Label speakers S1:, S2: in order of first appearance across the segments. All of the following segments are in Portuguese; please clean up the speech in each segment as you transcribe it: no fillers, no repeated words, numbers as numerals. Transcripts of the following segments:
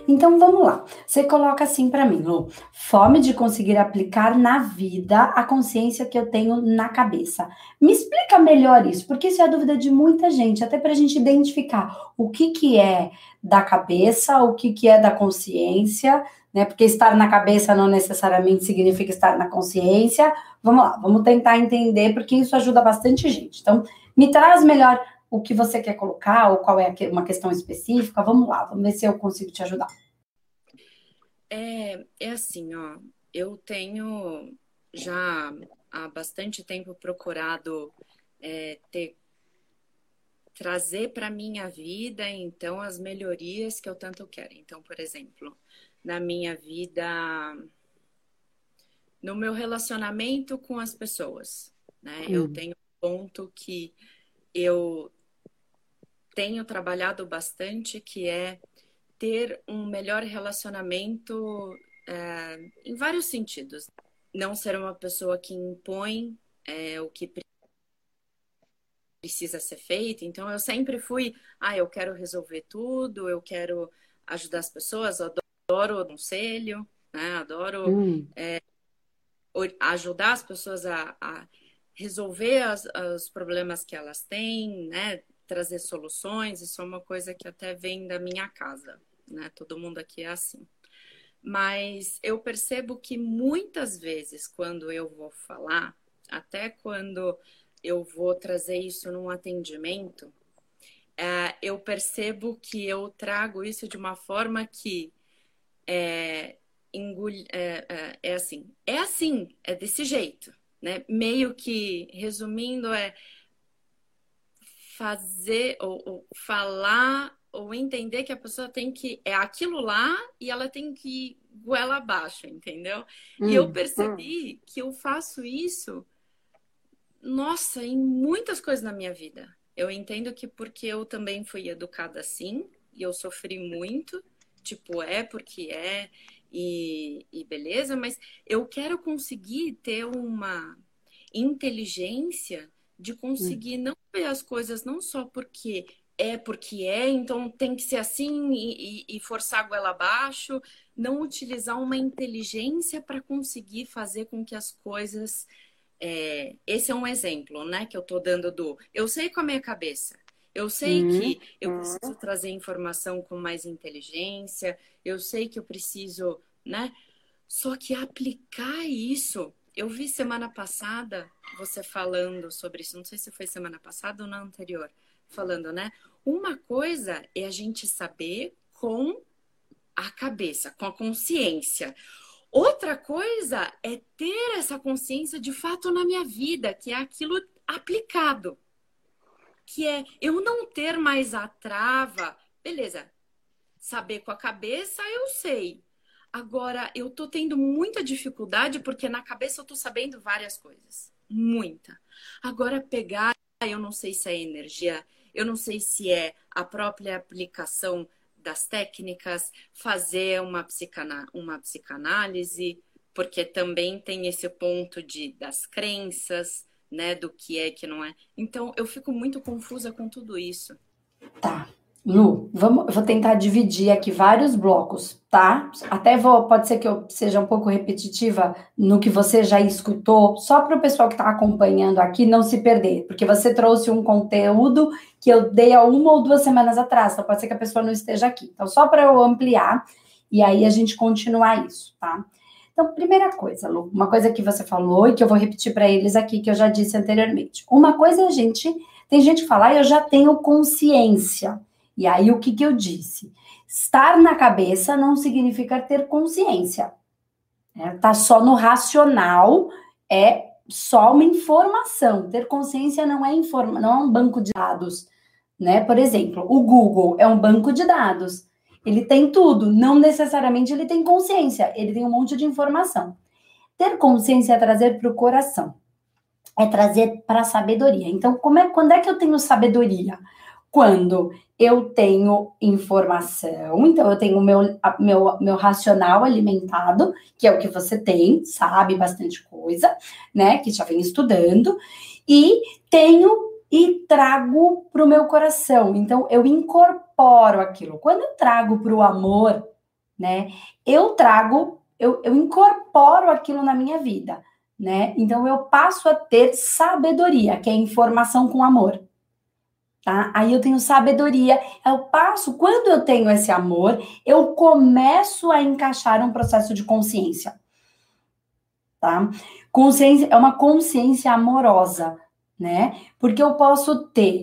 S1: Então vamos lá. Você coloca assim para mim, Lu, fome de conseguir aplicar na vida a consciência que eu tenho na cabeça. Me explica melhor isso, porque isso é a dúvida de muita gente, até para a gente identificar o que que é da cabeça, o que que é da consciência, né? Porque estar na cabeça não necessariamente significa estar na consciência. Vamos lá, vamos tentar entender, porque isso ajuda bastante gente. Então, me traz melhor o que você quer colocar, ou qual é uma questão específica. Vamos lá, vamos ver se eu consigo te ajudar.
S2: É assim, ó, eu tenho já há bastante tempo procurado trazer para minha vida, então, as melhorias que eu tanto quero. Então, por exemplo, na minha vida, no meu relacionamento com as pessoas, né? Eu tenho um ponto que eu tenho trabalhado bastante, que é ter um melhor relacionamento em vários sentidos. Não ser uma pessoa que impõe o que precisa ser feito. Então, eu sempre fui, eu quero resolver tudo, eu quero ajudar as pessoas, eu adoro o conselho, né? Adoro ajudar as pessoas a resolver os problemas que elas têm, né? Trazer soluções. Isso é uma coisa que até vem da minha casa, né? Todo mundo aqui é assim. Mas eu percebo que muitas vezes, quando eu vou falar, até quando eu vou trazer isso num atendimento, eu percebo que eu trago isso de uma forma que é assim, é desse jeito, né? Meio que, resumindo, fazer ou falar ou entender que a pessoa tem que é aquilo lá e ela tem que ir goela abaixo, entendeu? E eu percebi que eu faço isso, nossa, em muitas coisas na minha vida. Eu entendo que porque eu também fui educada assim e eu sofri muito, tipo, porque e beleza, mas eu quero conseguir ter uma inteligência de conseguir não ver as coisas não só porque então tem que ser assim e forçar a goela abaixo, não utilizar uma inteligência para conseguir fazer com que as coisas. Esse é um exemplo, né, que eu estou dando eu sei com a minha cabeça, eu sei que eu preciso trazer informação com mais inteligência, eu sei que eu preciso, né, só que aplicar isso. Eu vi semana passada você falando sobre isso, não sei se foi semana passada ou na anterior, falando, né? Uma coisa é a gente saber com a cabeça, com a consciência. Outra coisa é ter essa consciência de fato na minha vida, que é aquilo aplicado. Que é eu não ter mais a trava, beleza, saber com a cabeça eu sei. Agora, eu tô tendo muita dificuldade porque na cabeça eu tô sabendo várias coisas. Muita. Agora, pegar, eu não sei se é energia, eu não sei se é a própria aplicação das técnicas, fazer uma psicanálise, porque também tem esse ponto das crenças, né, do que é que não é. Então, eu fico muito confusa com tudo isso.
S1: Tá. Lu, vou tentar dividir aqui vários blocos, tá? Pode ser que eu seja um pouco repetitiva no que você já escutou, só para o pessoal que está acompanhando aqui não se perder, porque você trouxe um conteúdo que eu dei há 1 ou 2 semanas atrás, então pode ser que a pessoa não esteja aqui. Então, só para eu ampliar e aí a gente continuar isso, tá? Então, primeira coisa, Lu, uma coisa que você falou e que eu vou repetir para eles aqui, que eu já disse anteriormente. Uma coisa é tem gente que fala, eu já tenho consciência. E aí, o que eu disse? Estar na cabeça não significa ter consciência. Tá só no racional, é só uma informação. Ter consciência não é um banco de dados, né? Por exemplo, o Google é um banco de dados. Ele tem tudo, não necessariamente ele tem consciência, ele tem um monte de informação. Ter consciência é trazer para o coração, é trazer para a sabedoria. Então, quando é que eu tenho sabedoria? Quando eu tenho informação, então eu tenho o meu racional alimentado, que é o que você tem, sabe bastante coisa, né, que já vem estudando, e trago para o meu coração. Então, eu incorporo aquilo. Quando eu trago para o amor, né? Eu incorporo aquilo na minha vida, né? Então, eu passo a ter sabedoria, que é informação com amor. Tá? Aí eu tenho sabedoria, quando eu tenho esse amor, eu começo a encaixar um processo de consciência, tá? Consciência é uma consciência amorosa, né? Porque eu posso ter,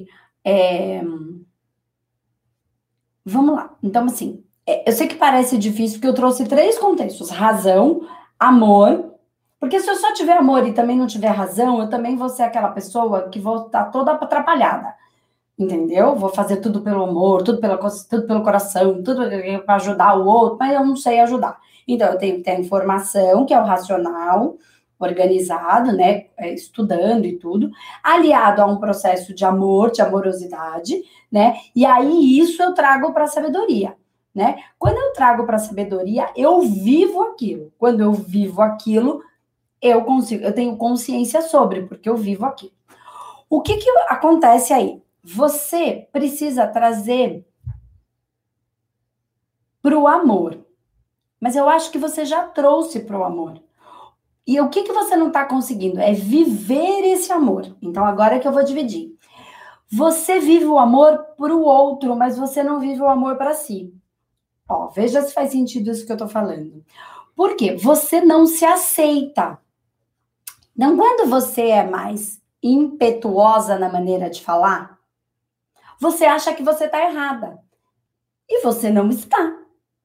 S1: vamos lá, então assim, eu sei que parece difícil, porque eu trouxe 3 contextos, razão, amor, porque se eu só tiver amor e também não tiver razão, eu também vou ser aquela pessoa que vou estar toda atrapalhada. Entendeu? Vou fazer tudo pelo amor, tudo pelo coração, tudo para ajudar o outro, mas eu não sei ajudar. Então, eu tenho que ter a informação, que é o racional, organizado, né? Estudando e tudo, aliado a um processo de amor, de amorosidade, né? E aí, isso eu trago para a sabedoria, né? Quando eu trago para a sabedoria, eu vivo aquilo. Quando eu vivo aquilo, eu tenho consciência sobre, porque eu vivo aquilo. O que acontece aí? Você precisa trazer para o amor. Mas eu acho que você já trouxe para o amor. E o que você não está conseguindo? É viver esse amor. Então, agora é que eu vou dividir. Você vive o amor para o outro, mas você não vive o amor para si. Ó, veja se faz sentido isso que eu estou falando. Por quê? Você não se aceita. Então, quando você é mais impetuosa na maneira de falar, você acha que você está errada. E você não está.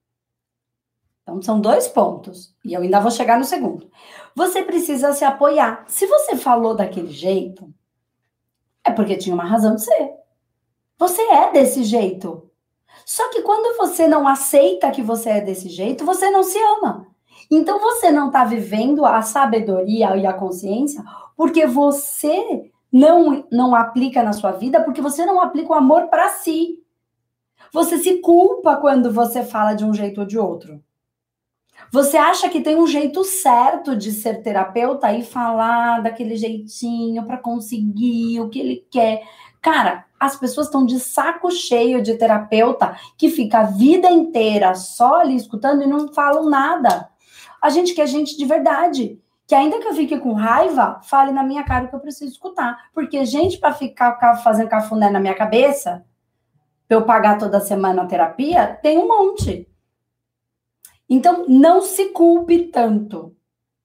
S1: Então, são 2 pontos. E eu ainda vou chegar no segundo. Você precisa se apoiar. Se você falou daquele jeito, é porque tinha uma razão de ser. Você é desse jeito. Só que quando você não aceita que você é desse jeito, você não se ama. Então, você não está vivendo a sabedoria e a consciência porque você não aplica na sua vida, porque você não aplica o amor para si. Você se culpa quando você fala de um jeito ou de outro. Você acha que tem um jeito certo de ser terapeuta e falar daquele jeitinho para conseguir o que ele quer. Cara, as pessoas estão de saco cheio de terapeuta que fica a vida inteira só ali escutando e não falam nada. A gente quer gente de verdade. Que ainda que eu fique com raiva, fale na minha cara o que eu preciso escutar. Porque gente para ficar fazendo cafuné na minha cabeça, para eu pagar toda semana a terapia, tem um monte. Então, não se culpe tanto.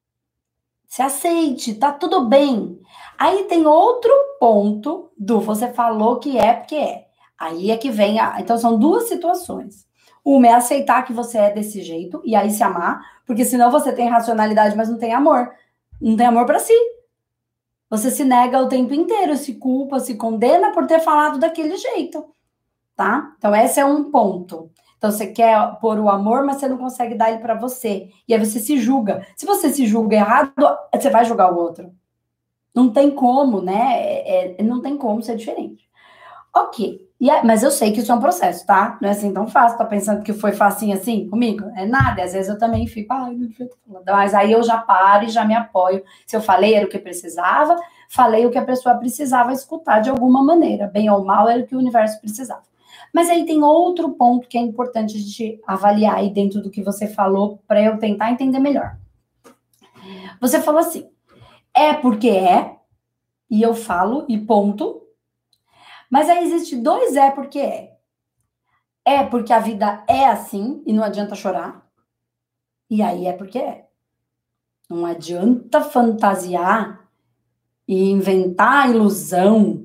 S1: Se aceite, tá tudo bem. Aí tem outro ponto do você falou que é porque é. Aí é que vem Então, são 2 situações. Uma é aceitar que você é desse jeito e aí se amar, porque senão você tem racionalidade, mas não tem amor. Não tem amor para si. Você se nega o tempo inteiro, se culpa, se condena por ter falado daquele jeito, tá? Então, esse é um ponto. Então, você quer pôr o amor, mas você não consegue dar ele para você. E aí você se julga. Se você se julga errado, você vai julgar o outro. Não tem como, né? Não tem como ser diferente. Ok. Mas eu sei que isso é um processo, tá? Não é assim tão fácil. Tá pensando que foi facinho assim comigo? É nada. Às vezes eu também fico, não devia ter falado. Mas aí eu já paro e já me apoio. Se eu falei, era o que precisava. Falei o que a pessoa precisava escutar de alguma maneira. Bem ou mal, era o que o universo precisava. Mas aí tem outro ponto que é importante a gente avaliar aí dentro do que você falou para eu tentar entender melhor. Você falou assim, é porque é, e eu falo, e ponto. Mas aí existe 2 é porque é. É porque a vida é assim, e não adianta chorar. E aí é porque é. Não adianta fantasiar e inventar ilusão,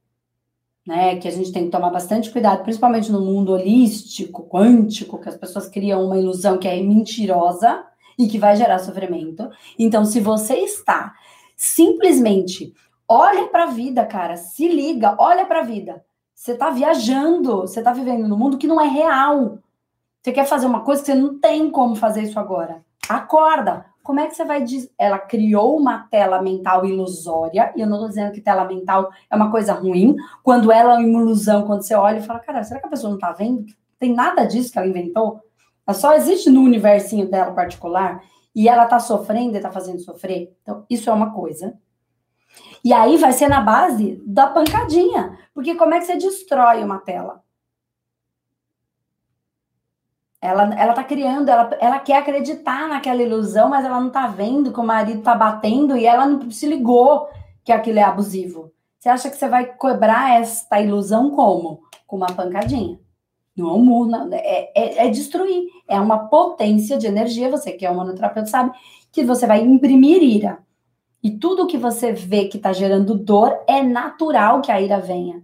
S1: né, que a gente tem que tomar bastante cuidado, principalmente no mundo holístico, quântico, que as pessoas criam uma ilusão que é mentirosa e que vai gerar sofrimento. Então, se você está simplesmente olha para a vida, cara, se liga, olha para a vida. Você está viajando, você está vivendo num mundo que não é real. Você quer fazer uma coisa que você não tem como fazer isso agora. Acorda. Como é que você vai dizer? Ela criou uma tela mental ilusória, e eu não estou dizendo que tela mental é uma coisa ruim, quando ela é uma ilusão, quando você olha e fala, cara, será que a pessoa não está vendo? Tem nada disso que ela inventou? Ela só existe no universinho dela particular, e ela está sofrendo e está fazendo sofrer. Então, isso é uma coisa. E aí vai ser na base da pancadinha, porque como é que você destrói uma tela? Ela tá criando, ela quer acreditar naquela ilusão, mas ela não tá vendo que o marido tá batendo e ela não se ligou que aquilo é abusivo. Você acha que você vai quebrar esta ilusão como? Com uma pancadinha. Não é um murro, é destruir. É uma potência de energia, você que é um manoterapeuta sabe, que você vai imprimir ira. E tudo que você vê que está gerando dor, é natural que a ira venha.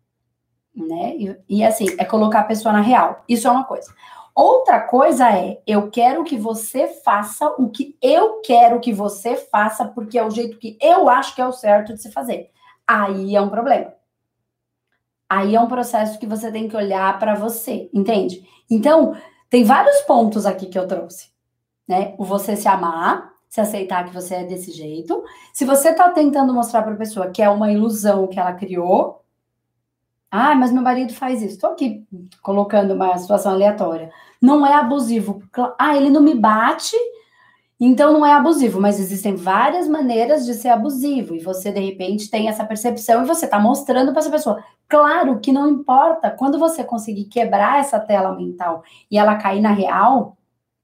S1: Né? E assim, é colocar a pessoa na real. Isso é uma coisa. Outra coisa é, eu quero que você faça o que eu quero que você faça, porque é o jeito que eu acho que é o certo de se fazer. Aí é um problema. Aí é um processo que você tem que olhar para você, entende? Então, tem vários pontos aqui que eu trouxe, né? O você se amar, se aceitar que você é desse jeito. Se você tá tentando mostrar para a pessoa que é uma ilusão que ela criou, ah, mas meu marido faz isso. Estou aqui colocando uma situação aleatória. Não é abusivo. Ah, ele não me bate, então não é abusivo. Mas existem várias maneiras de ser abusivo. E você, de repente, tem essa percepção e você está mostrando para essa pessoa. Claro que não importa. Quando você conseguir quebrar essa tela mental e ela cair na real,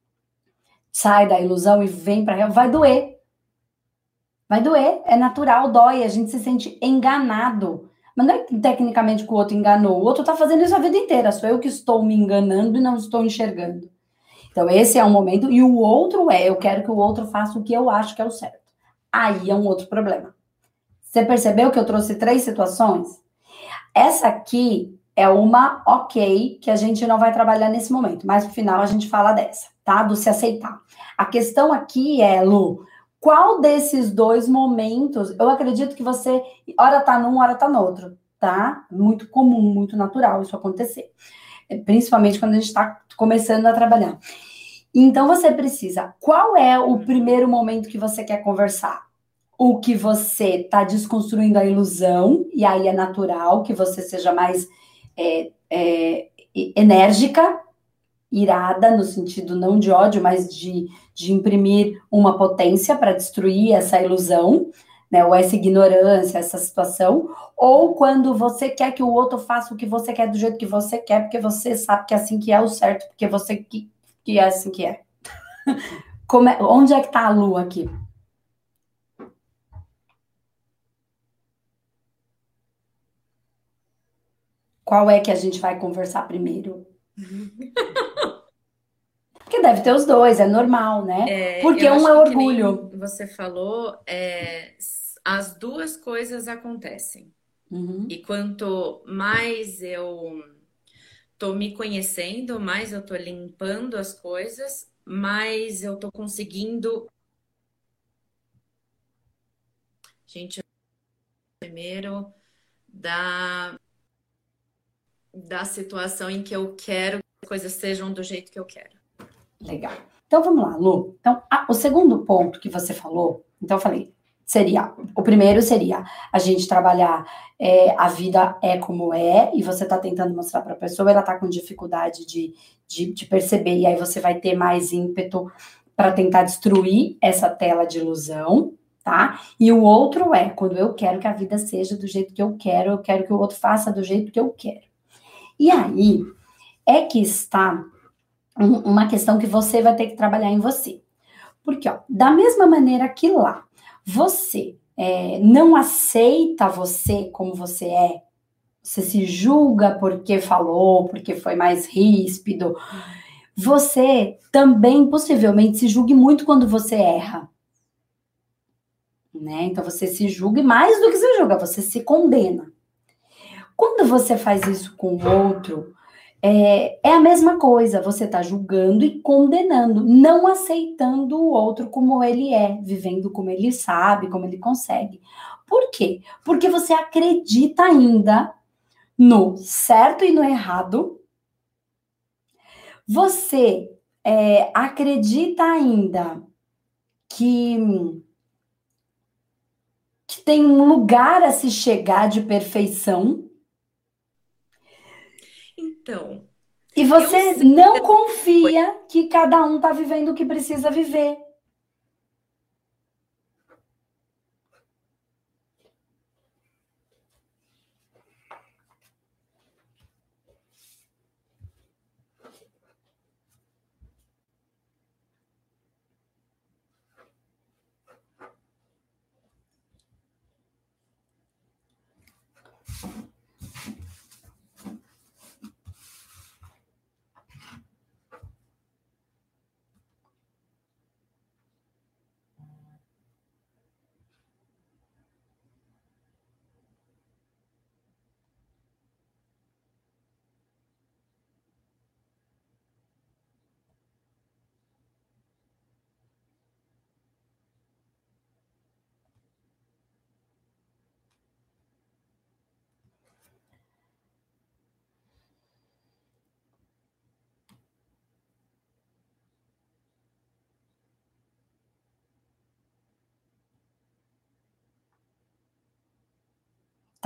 S1: sai da ilusão e vem para a real, vai doer. Vai doer. É natural, dói. A gente se sente enganado. Mas não é tecnicamente que o outro enganou. O outro está fazendo isso a vida inteira. Sou eu que estou me enganando e não estou enxergando. Então, esse é um momento. E o outro eu quero que o outro faça o que eu acho que é o certo. Aí é um outro problema. Você percebeu que eu trouxe 3 situações? Essa aqui é uma ok, que a gente não vai trabalhar nesse momento. Mas no final a gente fala dessa, tá? Do se aceitar. A questão aqui é, Lu, qual desses 2 momentos, eu acredito que você, hora tá num, hora tá no outro, tá? Muito comum, muito natural isso acontecer. Principalmente quando a gente tá começando a trabalhar. Então você precisa, qual é o primeiro momento que você quer conversar? O que você tá desconstruindo a ilusão, e aí é natural que você seja mais enérgica, irada, no sentido não de ódio, mas de imprimir uma potência para destruir essa ilusão, né? Ou essa ignorância, essa situação, ou quando você quer que o outro faça o que você quer do jeito que você quer, porque você sabe que é assim que é o certo, porque você que é assim que é. Onde é que tá a lua aqui? Qual é que a gente vai conversar primeiro? Porque deve ter os 2, é normal, né? Porque
S2: Eu
S1: um
S2: acho
S1: é
S2: que
S1: orgulho.
S2: nem você falou, as duas coisas acontecem.
S1: Uhum.
S2: E quanto mais eu tô me conhecendo, mais eu tô limpando as coisas, mais eu tô conseguindo. Gente, primeiro da situação em que eu quero que as coisas sejam do jeito que eu quero.
S1: Legal. Então vamos lá, Lu. Então, o segundo ponto que você falou, então eu falei, o primeiro seria a gente trabalhar a vida é como é, e você está tentando mostrar para a pessoa, ela está com dificuldade de perceber, e aí você vai ter mais ímpeto para tentar destruir essa tela de ilusão, tá? E o outro é quando eu quero que a vida seja do jeito que eu quero que o outro faça do jeito que eu quero. E aí é que está uma questão que você vai ter que trabalhar em você. Porque, ó, da mesma maneira que lá, você não aceita você como você se julga porque falou, porque foi mais ríspido, você também possivelmente se julgue muito quando você erra. Né? Então você se julga e mais do que se julga, você se condena. Quando você faz isso com o outro, é a mesma coisa, você está julgando e condenando, não aceitando o outro como ele é, vivendo como ele sabe, como ele consegue. Por quê? Porque você acredita ainda no certo e no errado, você acredita ainda que tem um lugar a se chegar de perfeição.
S2: Então,
S1: E
S2: eu
S1: você
S2: sei.
S1: não confia que cada um está vivendo o que precisa viver.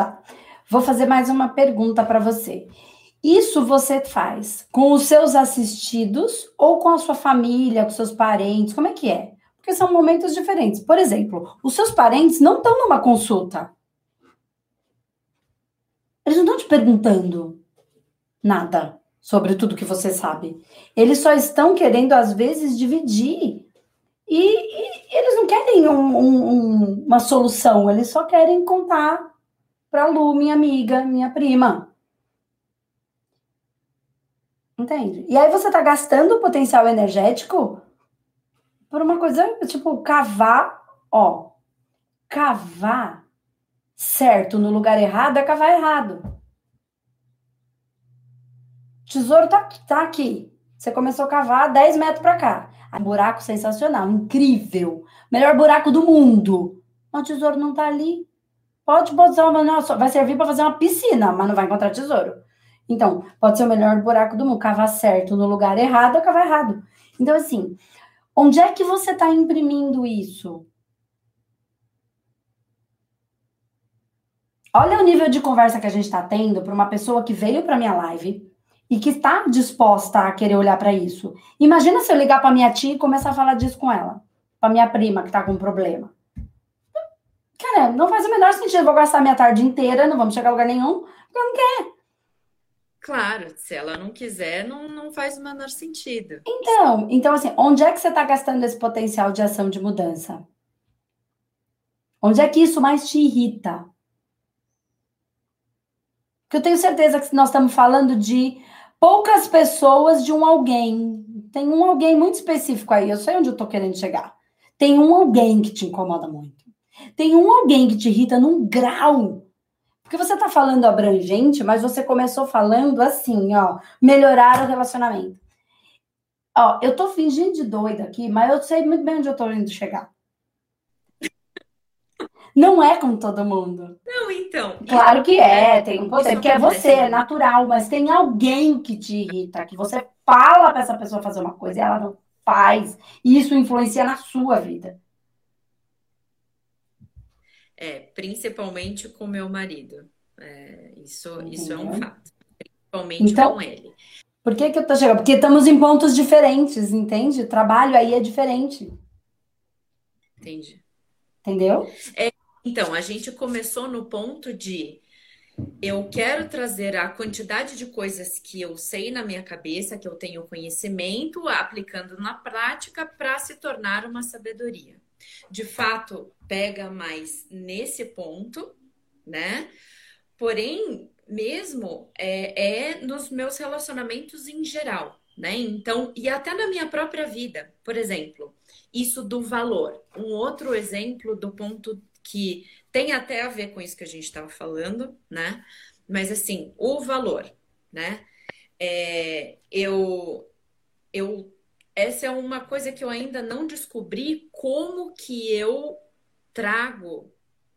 S1: Tá. Vou fazer mais uma pergunta para você. Isso você faz com os seus assistidos ou com a sua família, com seus parentes? Como é que é? Porque são momentos diferentes. Por exemplo, os seus parentes não estão numa consulta. Eles não estão te perguntando nada sobre tudo que você sabe. Eles só estão querendo, às vezes, dividir. E eles não querem uma solução, eles só querem contar para a Lu, minha amiga, minha prima. Entende? E aí você está gastando o potencial energético por uma coisa, tipo, cavar, ó. Cavar certo no lugar errado é cavar errado. O tesouro tá aqui. Você começou a cavar 10 metros para cá. Um buraco sensacional, incrível. Melhor buraco do mundo. Mas o tesouro não tá ali. Pode botar uma... Nossa, vai servir para fazer uma piscina, mas não vai encontrar tesouro. Então, pode ser o melhor buraco do mundo. Cavar certo no lugar errado é cavar errado. Então, assim, onde é que você está imprimindo isso? Olha o nível de conversa que a gente está tendo para uma pessoa que veio para minha live e que está disposta a querer olhar para isso. Imagina se eu ligar para minha tia e começar a falar disso com ela. Para minha prima que está com um problema. Cara, não faz o menor sentido. Eu vou gastar minha tarde inteira, não vamos chegar a lugar nenhum, porque eu não quero.
S2: Claro, se ela não quiser, não faz o menor sentido.
S1: Então, assim, onde é que você está gastando esse potencial de ação de mudança? Onde é que isso mais te irrita? Porque eu tenho certeza que nós estamos falando de poucas pessoas de um alguém. Tem um alguém muito específico aí, eu sei onde eu estou querendo chegar. Tem um alguém que te incomoda muito. Tem um alguém que te irrita num grau. Porque você está falando abrangente, mas você começou falando assim, ó, melhorar o relacionamento. Ó, eu tô fingindo de doida aqui, mas eu sei muito bem onde eu tô indo chegar. Não é com todo mundo.
S2: Não, então.
S1: Claro que é, tem um poder, porque é você, é natural, mas tem alguém que te irrita, que você fala para essa pessoa fazer uma coisa e ela não faz, e isso influencia na sua vida.
S2: Principalmente com meu marido. Isso é um
S1: Entendeu?
S2: fato. Principalmente
S1: Então,
S2: com ele.
S1: por que eu tô chegando? Porque estamos em pontos diferentes, entende? O trabalho aí é diferente.
S2: Entendi.
S1: Entendeu?
S2: Então, a gente começou no ponto de eu quero trazer a quantidade de coisas que eu sei na minha cabeça, que eu tenho conhecimento, aplicando na prática para se tornar uma sabedoria. De fato, pega mais nesse ponto, né? Porém, mesmo nos meus relacionamentos em geral, né? Então, e até na minha própria vida, por exemplo, isso do valor. Um outro exemplo do ponto que tem até a ver com isso que a gente estava falando, né? Mas assim, o valor, né? É, eu, essa é uma coisa que eu ainda não descobri como que eu trago.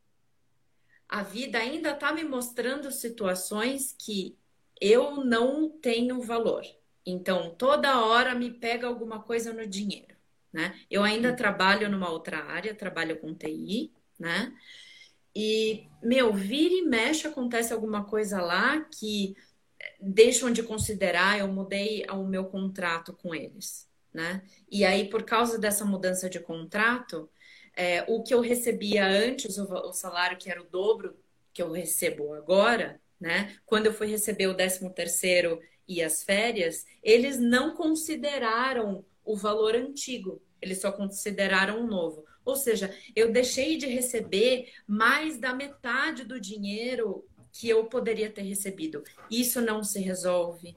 S2: A vida ainda está me mostrando situações que eu não tenho valor. Então, toda hora me pega alguma coisa no dinheiro, né? Eu ainda trabalho numa outra área, trabalho com TI, né? E, meu, vira e mexe, acontece alguma coisa lá que deixam de considerar, eu mudei o meu contrato com eles, né? E aí, por causa dessa mudança de contrato, o que eu recebia antes, o salário que era o dobro que eu recebo agora, né? Quando eu fui receber o 13º e as férias, eles não consideraram o valor antigo, eles só consideraram o novo. Ou seja, eu deixei de receber mais da metade do dinheiro que eu poderia ter recebido. Isso não se resolve.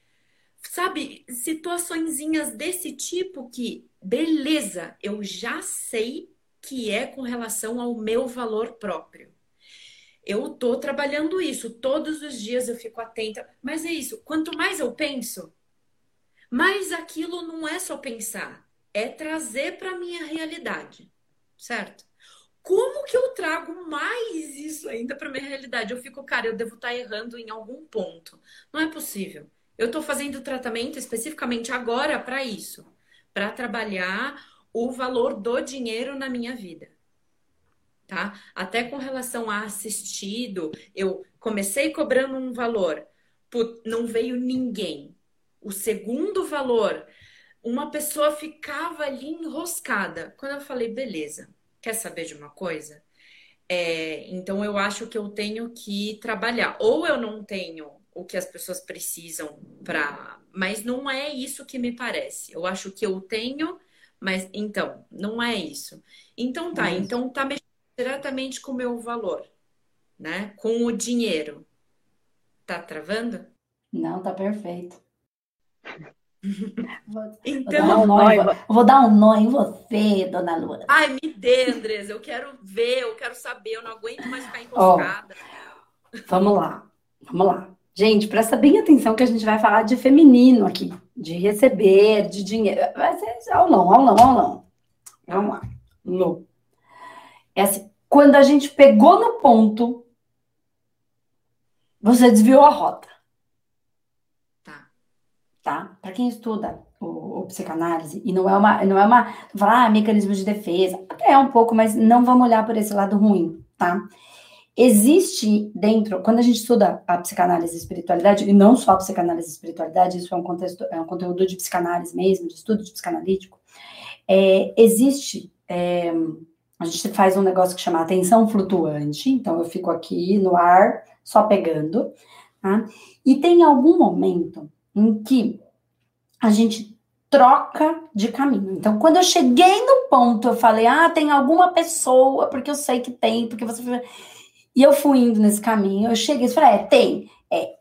S2: Sabe, situaçõezinhas desse tipo que, beleza, eu já sei que é com relação ao meu valor próprio. Eu tô trabalhando isso, todos os dias eu fico atenta, mas é isso, quanto mais eu penso, mais aquilo não é só pensar, é trazer para minha realidade, certo? Como que eu trago mais isso ainda para minha realidade? Eu fico, cara, eu devo estar errando em algum ponto. Não é possível. Eu estou fazendo tratamento especificamente agora para isso, para trabalhar o valor do dinheiro na minha vida. tá? Até com relação a assistido, eu comecei cobrando um valor, não veio ninguém. O segundo valor, uma pessoa ficava ali enroscada. Quando eu falei, beleza, quer saber de uma coisa? Então eu acho que eu tenho que trabalhar. Ou eu não tenho o que as pessoas precisam para. Mas não é isso que me parece. Eu acho que eu tenho, mas então, não é isso. Então
S1: Não
S2: tá,
S1: é isso.
S2: então tá mexendo diretamente com o meu valor, né? Com o dinheiro. Tá travando?
S1: Não, tá perfeito. Vou
S2: Então,
S1: dar um nó em, vou dar um nó em você, dona Luana.
S2: ai, me dê, Andresa, eu quero ver, eu quero saber, eu não aguento mais ficar
S1: Ó,
S2: enroscada.
S1: vamos lá. Vamos lá. Gente, presta bem atenção que a gente vai falar de feminino aqui, de receber, de dinheiro. Vai ser aulão, aulão, aulão. Vamos lá. Lu. É assim, quando a gente pegou no ponto, você desviou a rota,
S2: Tá.
S1: tá? Para quem estuda o psicanálise, e falar, mecanismo de defesa, até é um pouco, mas não vamos olhar por esse lado ruim, tá? Existe dentro, quando a gente estuda a psicanálise e espiritualidade, e não só a psicanálise e espiritualidade, isso é um contexto, é um conteúdo de psicanálise mesmo, de estudo de psicanalítico, existe, a gente faz um negócio que chama atenção flutuante, então eu fico aqui no ar, só pegando, tá? E tem algum momento em que a gente troca de caminho. Então, quando eu cheguei no ponto, eu falei, tem alguma pessoa, porque eu sei que tem, porque você... E eu fui indo nesse caminho, eu cheguei e falei, tem,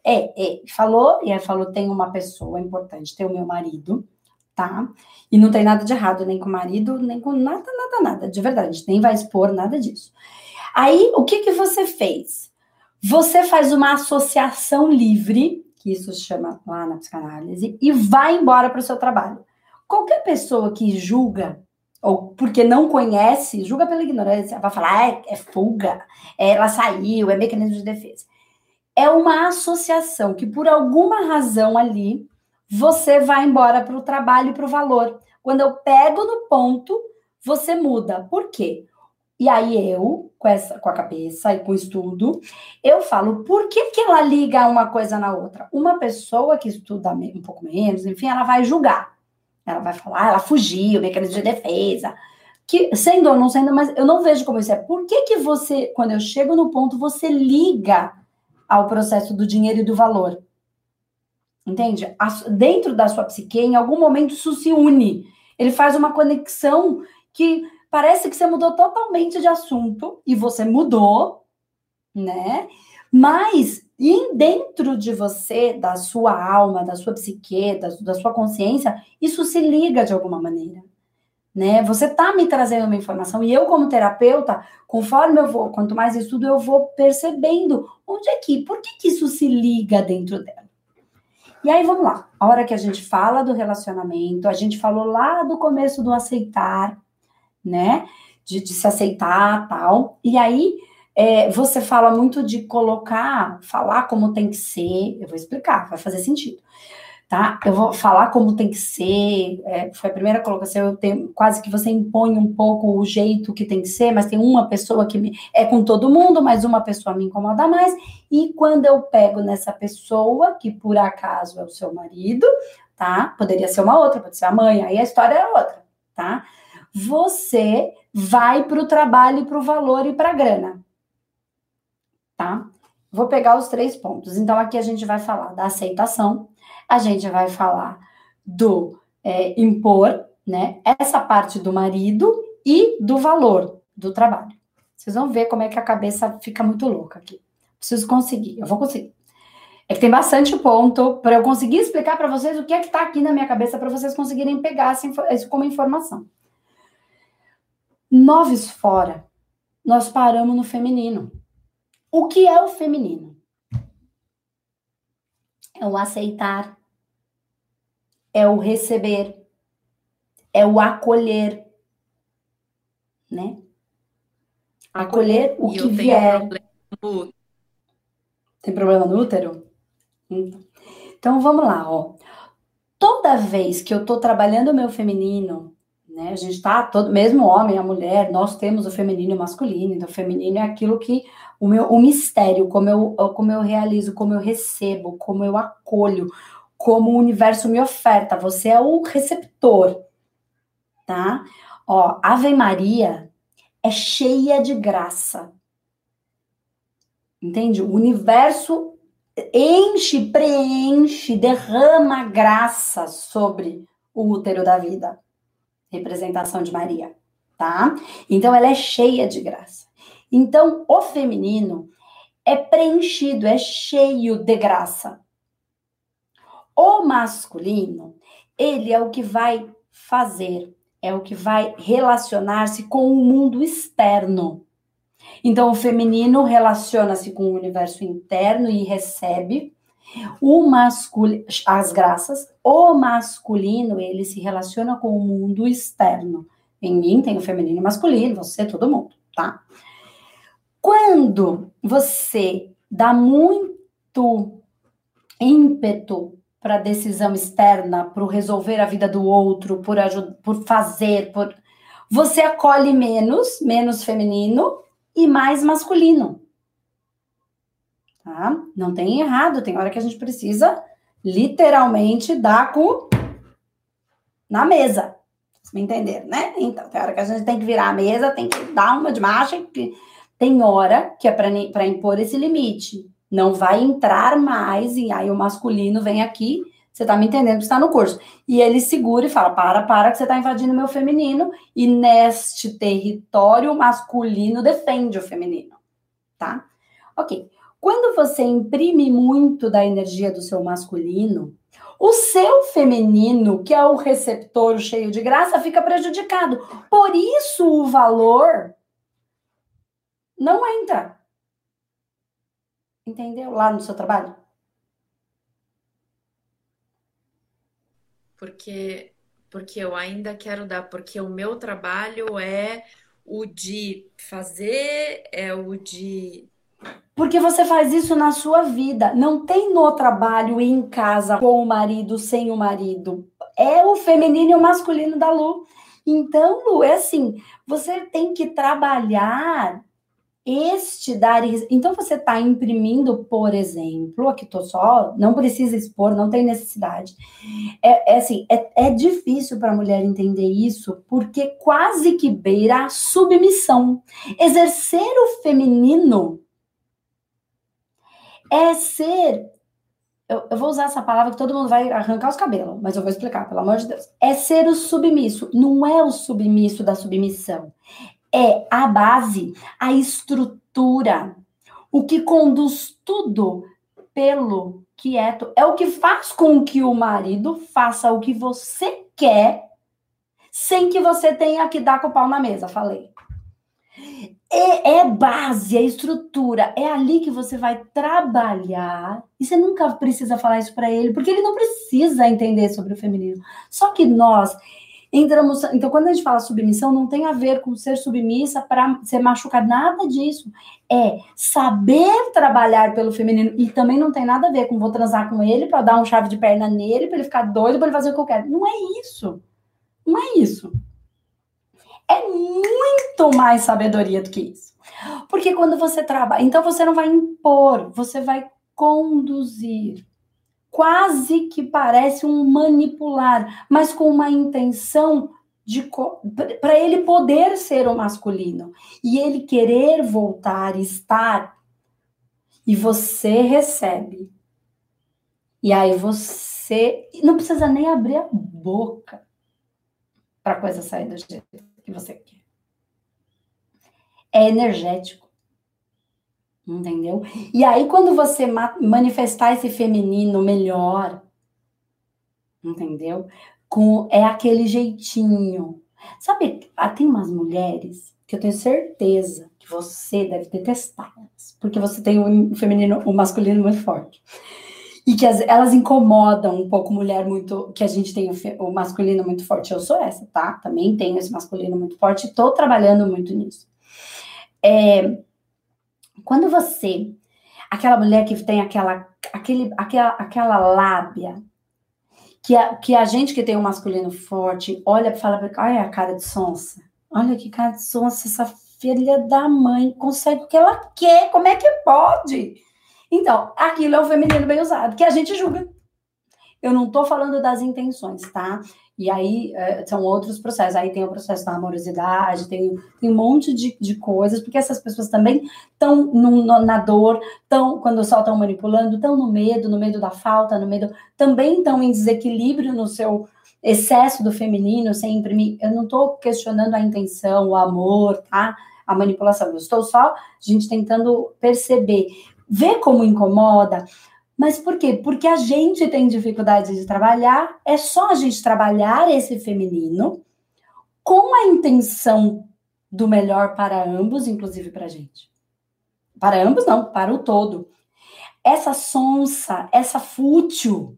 S1: falou, e aí falou, tem uma pessoa importante, tem o meu marido, tá? E não tem nada de errado, nem com o marido, nem com nada, nada, nada, de verdade, a gente nem vai expor nada disso. Aí, o que você fez? Você faz uma associação livre, que isso se chama lá na psicanálise, e vai embora para o seu trabalho. Qualquer pessoa que julga, ou porque não conhece, julga pela ignorância, vai falar, é fuga, ela saiu, é mecanismo de defesa. É uma associação que, por alguma razão ali, você vai embora para o trabalho e para o valor. Quando eu pego no ponto, você muda. Por quê? E aí eu, com a cabeça e com o estudo, eu falo, por que ela liga uma coisa na outra? Uma pessoa que estuda um pouco menos, enfim, ela vai julgar. Ela vai falar, ela fugiu, mecanismo de defesa. Que, sendo ou não sendo, mas eu não vejo como isso é. Por que você, quando eu chego no ponto, você liga ao processo do dinheiro e do valor? Entende? Dentro da sua psique, em algum momento isso se une. Ele faz uma conexão que parece que você mudou totalmente de assunto e você mudou, né? Mas dentro de você, da sua alma, da sua psique, da sua consciência, isso se liga de alguma maneira, né? Você tá me trazendo uma informação e eu, como terapeuta, conforme eu vou, quanto mais eu estudo, eu vou percebendo por que isso se liga dentro dela. E aí, vamos lá. A hora que a gente fala do relacionamento, a gente falou lá do começo do aceitar, né? De se aceitar, tal. E aí, você fala muito de falar como tem que ser. Eu vou explicar, vai fazer sentido, tá? Eu vou falar como tem que ser. Foi a primeira colocação. Eu tenho quase que você impõe um pouco o jeito que tem que ser, mas tem uma pessoa que é com todo mundo, mas uma pessoa me incomoda mais. E quando eu pego nessa pessoa, que por acaso é o seu marido, tá? Poderia ser uma outra, pode ser a mãe, aí a história é outra, tá? Você vai para o trabalho, para o valor e para a grana, tá? Vou pegar os 3 pontos. Então, aqui a gente vai falar da aceitação, a gente vai falar do impor, né? Essa parte do marido e do valor do trabalho. Vocês vão ver como é que a cabeça fica muito louca aqui. Preciso conseguir, eu vou conseguir. É que tem bastante ponto para eu conseguir explicar para vocês o que é que está aqui na minha cabeça para vocês conseguirem pegar isso como informação. 9 fora, nós paramos no feminino. O que é o feminino? É o aceitar, é o receber, é o acolher, né? Acolher o que vier. Tem problema no útero? Então vamos lá, ó. Toda vez que eu tô trabalhando o meu feminino, né? A gente tá todo, mesmo o homem, a mulher, nós temos o feminino e o masculino. Então, o feminino é aquilo que o mistério, como eu realizo, como eu recebo, como eu acolho, como o universo me oferta. Você é o receptor, tá? Ó, Ave Maria é cheia de graça. Entende? O universo enche, preenche, derrama graça sobre o útero da vida. Representação de Maria, tá? Então, ela é cheia de graça. Então, o feminino é preenchido, é cheio de graça. O masculino, ele é o que vai fazer, é o que vai relacionar-se com o mundo externo. Então, o feminino relaciona-se com o universo interno e recebe as graças. O masculino, ele se relaciona com o mundo externo. Em mim tem o feminino e o masculino, você, todo mundo, tá? Quando você dá muito ímpeto para a decisão externa, para resolver a vida do outro, por fazer, você acolhe menos feminino e mais masculino. Tá? Não tem errado, tem hora que a gente precisa literalmente dar na mesa. Vocês me entenderam, né? Então, tem hora que a gente tem que virar a mesa, tem que dar uma de marcha. Tem hora que é para impor esse limite. Não vai entrar mais, e aí o masculino vem aqui, você tá me entendendo que está no curso. E ele segura e fala, para, que você tá invadindo meu feminino, e neste território o masculino defende o feminino, tá? Ok. Quando você imprime muito da energia do seu masculino, o seu feminino, que é o receptor cheio de graça, fica prejudicado. Por isso o valor não entra. Entendeu? Lá no seu trabalho.
S2: Porque eu ainda quero dar, porque o meu trabalho é o de fazer, é o de...
S1: Porque você faz isso na sua vida. Não tem no trabalho, em casa, com o marido, sem o marido. É o feminino e o masculino da Lu. Então, Lu, é assim, você tem que trabalhar dar. Então, você está imprimindo, por exemplo, aqui tô só, não precisa expor, não tem necessidade. É difícil para a mulher entender isso, porque quase que beira a submissão. Exercer o feminino é ser. Eu vou usar essa palavra que todo mundo vai arrancar os cabelos, mas eu vou explicar, pelo amor de Deus. É ser o submisso, não é o submisso da submissão. É a base, a estrutura, o que conduz tudo pelo quieto. É o que faz com que o marido faça o que você quer, sem que você tenha que dar com o pau na mesa, falei. É base, é estrutura, é ali que você vai trabalhar, e você nunca precisa falar isso para ele, porque ele não precisa entender sobre o feminino. Só que nós entramos, então quando a gente fala submissão, não tem a ver com ser submissa para ser machucada, nada disso. É saber trabalhar pelo feminino, e também não tem nada a ver com vou transar com ele para dar um chave de perna nele, para ele ficar doido, para ele fazer o que eu quero. Não é isso. Não é isso. É muito mais sabedoria do que isso. Porque quando você trabalha, então você não vai impor, você vai conduzir. Quase que parece um manipular, mas com uma intenção para ele poder ser o masculino e ele querer voltar, estar, e você recebe. E aí você não precisa nem abrir a boca para a coisa sair do jeito que você quer. É energético. Entendeu? E aí, quando você manifestar esse feminino melhor, entendeu? É aquele jeitinho. Sabe, tem umas mulheres que eu tenho certeza que você deve detestar, porque você tem um feminino, um masculino muito forte. E que elas incomodam um pouco mulher muito, que a gente tem o masculino muito forte. Eu sou essa, tá? Também tenho esse masculino muito forte e tô trabalhando muito nisso. Quando aquela mulher que tem aquela lábia, que a gente que tem um masculino forte olha e fala, olha a cara de sonsa. Olha que cara de sonsa, essa filha da mãe consegue o que ela quer, como é que pode? Então, aquilo é o feminino bem usado, que a gente julga. Eu não tô falando das intenções, tá? E aí são outros processos. Aí tem o processo da amorosidade, tem um monte de coisas, porque essas pessoas também estão na dor, quando só estão manipulando, estão no medo da falta, no medo, também estão em desequilíbrio no seu excesso do feminino, sem imprimir. Eu não estou questionando a intenção, o amor, tá? A manipulação. Eu estou só, a gente tentando perceber, ver como incomoda. Mas por quê? Porque a gente tem dificuldade de trabalhar, é só a gente trabalhar esse feminino com a intenção do melhor para ambos, inclusive para a gente. Para ambos não, para o todo. Essa sonsa, essa fútil,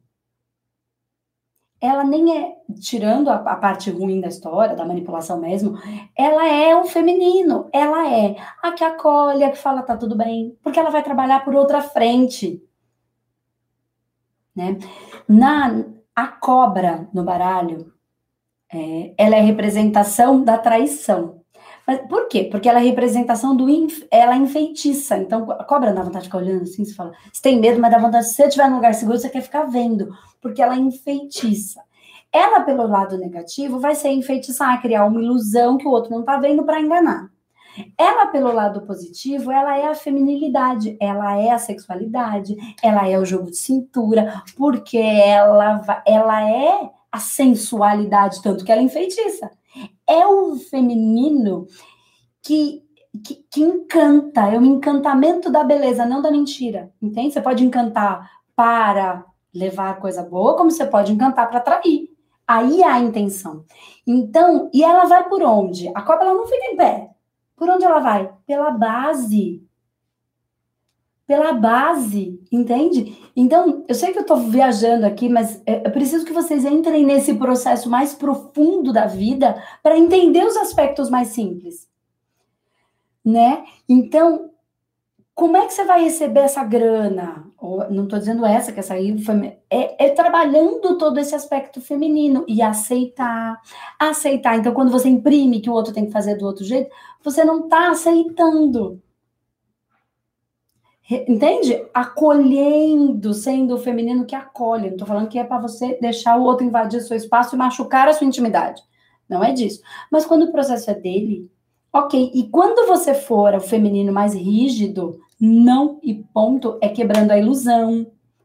S1: ela nem é, tirando a parte ruim da história, da manipulação mesmo, ela é o feminino, ela é a que acolhe, a que fala tá tudo bem, porque ela vai trabalhar por outra frente. Né? A cobra no baralho, ela é representação da traição. Mas por quê? Porque ela é representação ela enfeitiça. Então, a cobra dá vontade de ficar olhando assim, você fala, você tem medo, mas dá vontade, se você estiver num lugar seguro, você quer ficar vendo, porque ela enfeitiça. Ela, pelo lado negativo, vai ser enfeitiçar, criar uma ilusão que o outro não tá vendo para enganar. Ela, pelo lado positivo, ela é a feminilidade, ela é a sexualidade, ela é o jogo de cintura, porque ela é a sensualidade, tanto que ela enfeitiça. É o feminino que encanta, é o encantamento da beleza, não da mentira, entende? Você pode encantar para levar coisa boa, como você pode encantar para atrair. Aí é a intenção. Então, e ela vai por onde? A cobra ela não fica em pé. Por onde ela vai? Pela base. Pela base, entende? Então, eu sei que eu tô viajando aqui, mas eu preciso que vocês entrem nesse processo mais profundo da vida para entender os aspectos mais simples. Né? Então, como é que você vai receber essa grana? Não tô dizendo essa, que essa aí foi... trabalhando todo esse aspecto feminino e aceitar. Aceitar. Então, quando você imprime que o outro tem que fazer do outro jeito, você não tá aceitando. Entende? Acolhendo, sendo o feminino que acolhe. Não tô falando que é para você deixar o outro invadir seu espaço e machucar a sua intimidade. Não é disso. Mas quando o processo é dele, ok. E quando você for o feminino mais rígido, não e ponto, é quebrando a ilusão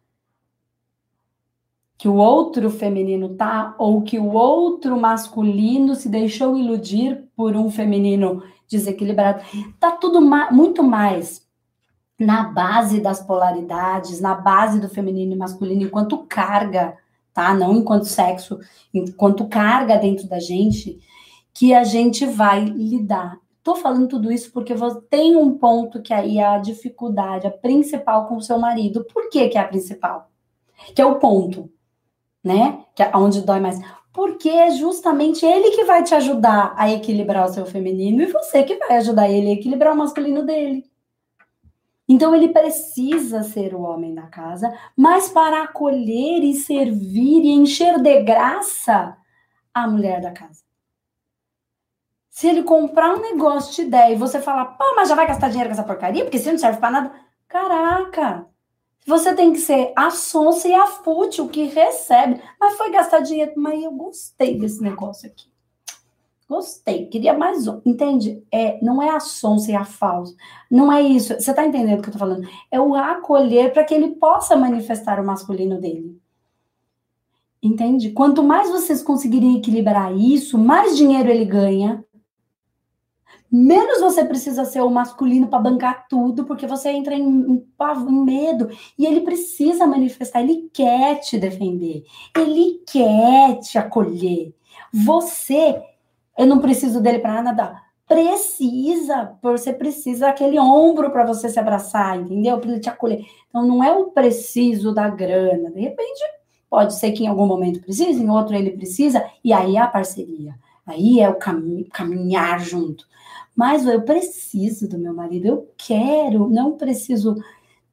S1: que o outro feminino tá, ou que o outro masculino se deixou iludir por um feminino desequilibrado. Tá tudo muito mais na base das polaridades, na base do feminino e masculino, enquanto carga, tá? Não enquanto sexo, enquanto carga dentro da gente, que a gente vai lidar. Tô falando tudo isso porque tem um ponto que aí é a dificuldade, a principal com o seu marido. Por que é a principal? Que é o ponto, né? Que é onde dói mais. Porque é justamente ele que vai te ajudar a equilibrar o seu feminino e você que vai ajudar ele a equilibrar o masculino dele. Então, ele precisa ser o homem da casa, mas para acolher e servir e encher de graça a mulher da casa. Se ele comprar um negócio, te der, e você falar, pô, mas já vai gastar dinheiro com essa porcaria? Porque se não serve para nada. Caraca! Você tem que ser a sonsa e a fútil que recebe. Mas foi gastar dinheiro. Mas eu gostei desse negócio aqui. Gostei, queria mais um, entende? Não é a sonsa e a falsa, não é isso, você tá entendendo o que eu tô falando? É o acolher para que ele possa manifestar o masculino dele, entende? Quanto mais vocês conseguirem equilibrar isso, mais dinheiro ele ganha, menos você precisa ser o masculino para bancar tudo, porque você entra em medo, e ele precisa manifestar, ele quer te defender, ele quer te acolher, eu não preciso dele para nada. Você precisa daquele ombro para você se abraçar, entendeu? Para ele te acolher. Então, não é o preciso da grana. De repente, pode ser que em algum momento precise, em outro ele precisa, e aí é a parceria. Aí é o caminhar junto. Mas eu preciso do meu marido, eu quero, não preciso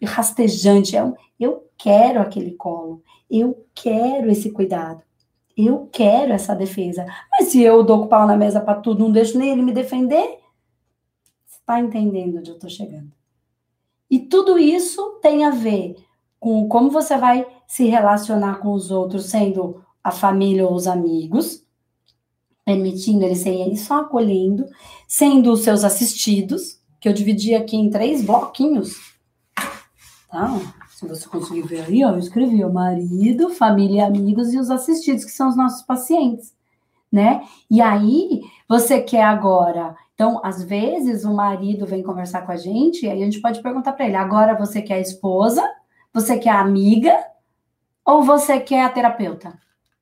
S1: rastejante, eu quero aquele colo, eu quero esse cuidado, eu quero essa defesa. Mas se eu dou o pau na mesa para tudo, não deixo nem ele me defender, você está entendendo onde eu estou chegando. E tudo isso tem a ver com como você vai se relacionar com os outros, sendo a família ou os amigos, permitindo eles serem só acolhendo, sendo os seus assistidos, que eu dividi aqui em 3 bloquinhos. Tá? Se você conseguir ver aí, ó, eu escrevi o marido, família e amigos e os assistidos, que são os nossos pacientes, né? E aí, você quer agora... Então, às vezes, o marido vem conversar com a gente, e aí a gente pode perguntar para ele, agora você quer a esposa, você quer a amiga, ou você quer a terapeuta?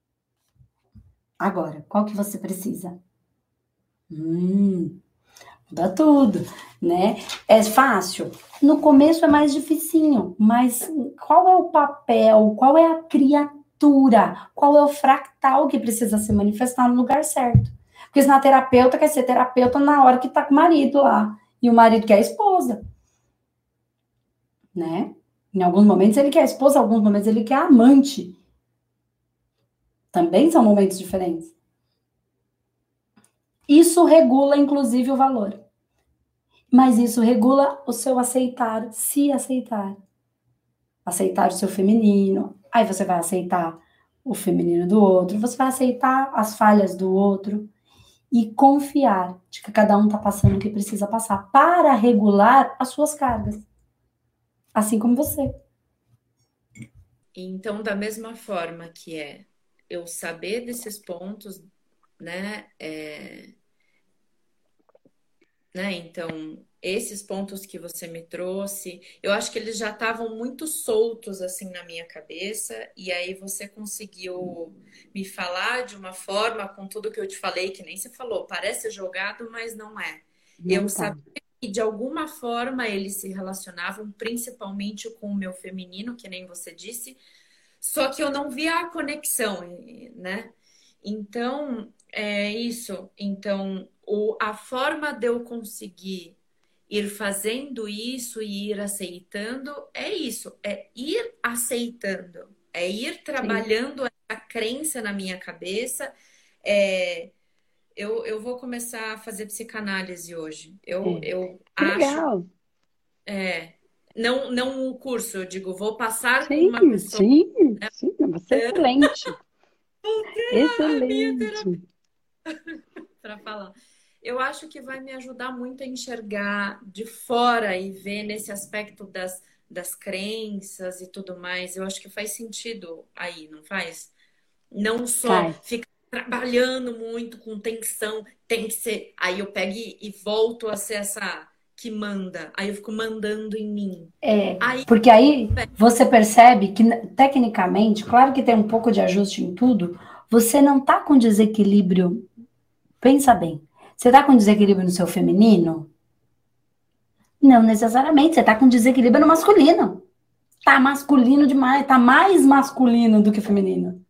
S1: Agora, qual que você precisa? Muda tudo, né? É fácil? No começo é mais dificinho, mas qual é o papel, qual é a criatura, qual é o fractal que precisa se manifestar no lugar certo? Porque se na terapeuta quer ser terapeuta na hora que tá com o marido lá, e o marido quer a esposa, né? Em alguns momentos ele quer a esposa, em alguns momentos ele quer a amante. Também são momentos diferentes. Isso regula, inclusive, o valor. Mas isso regula o seu aceitar, se aceitar. Aceitar o seu feminino. Aí você vai aceitar o feminino do outro. Você vai aceitar as falhas do outro. E confiar de que cada um está passando o que precisa passar para regular as suas cargas. Assim como você.
S2: Então, da mesma forma que eu saber desses pontos, né? Então, esses pontos que você me trouxe, eu acho que eles já estavam muito soltos assim na minha cabeça, e aí você conseguiu me falar de uma forma com tudo que eu te falei, que nem você falou, parece jogado, mas não é. Eu sabia que de alguma forma eles se relacionavam principalmente com o meu feminino, que nem você disse, só que eu não via a conexão, né? Então, é isso. Então, a forma de eu conseguir ir fazendo isso e ir aceitando é isso, é ir aceitando, é ir trabalhando essa crença na minha cabeça. Eu vou começar a fazer psicanálise hoje. Eu
S3: Legal.
S2: acho. Não o curso, eu digo, vou passar com
S3: Sim,
S2: uma pessoa.
S3: sim, sim, você é excelente. Excelente.
S2: Para falar. Eu acho que vai me ajudar muito a enxergar de fora e ver nesse aspecto das crenças e tudo mais. Eu acho que faz sentido aí, não faz? Não só ficar trabalhando muito com tensão, tem que ser. Aí eu pego e volto a ser essa que manda. Aí eu fico mandando em mim.
S1: Porque aí você percebe que, tecnicamente, claro que tem um pouco de ajuste em tudo, você não tá com desequilíbrio. Pensa bem. Você tá com desequilíbrio no seu feminino? Não necessariamente. Você tá com desequilíbrio no masculino. Tá masculino demais. Tá mais masculino do que feminino.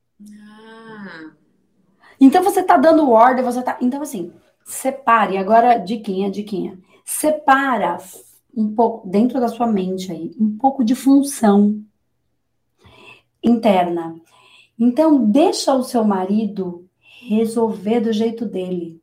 S1: Então você tá dando ordem, você tá... Então, assim, separe. Agora, diquinha. Separa um pouco, dentro da sua mente aí, um pouco de função interna. Então, deixa o seu marido resolver do jeito dele.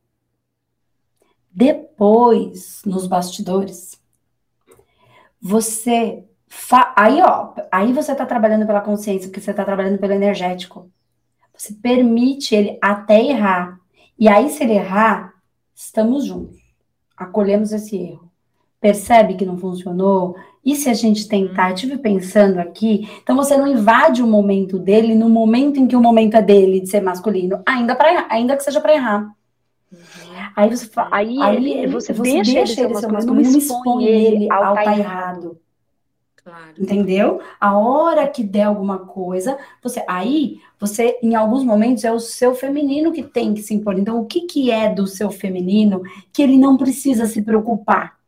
S1: Depois, nos bastidores, você... Aí você tá trabalhando pela consciência, porque você tá trabalhando pelo energético. Você permite ele até errar. E aí, se ele errar, estamos juntos. Acolhemos esse erro. Percebe que não funcionou? E se a gente tentar? Eu estive pensando aqui. Então, você não invade o momento dele no momento em que o momento é dele, de ser masculino. Ainda que seja para errar. Aí você fala, você deixa ele ser masculino, não expõe ele ao tá errado. Claro. Entendeu? A hora que der alguma coisa, você, em alguns momentos, é o seu feminino que tem que se impor. Então, o que é do seu feminino que ele não precisa se preocupar?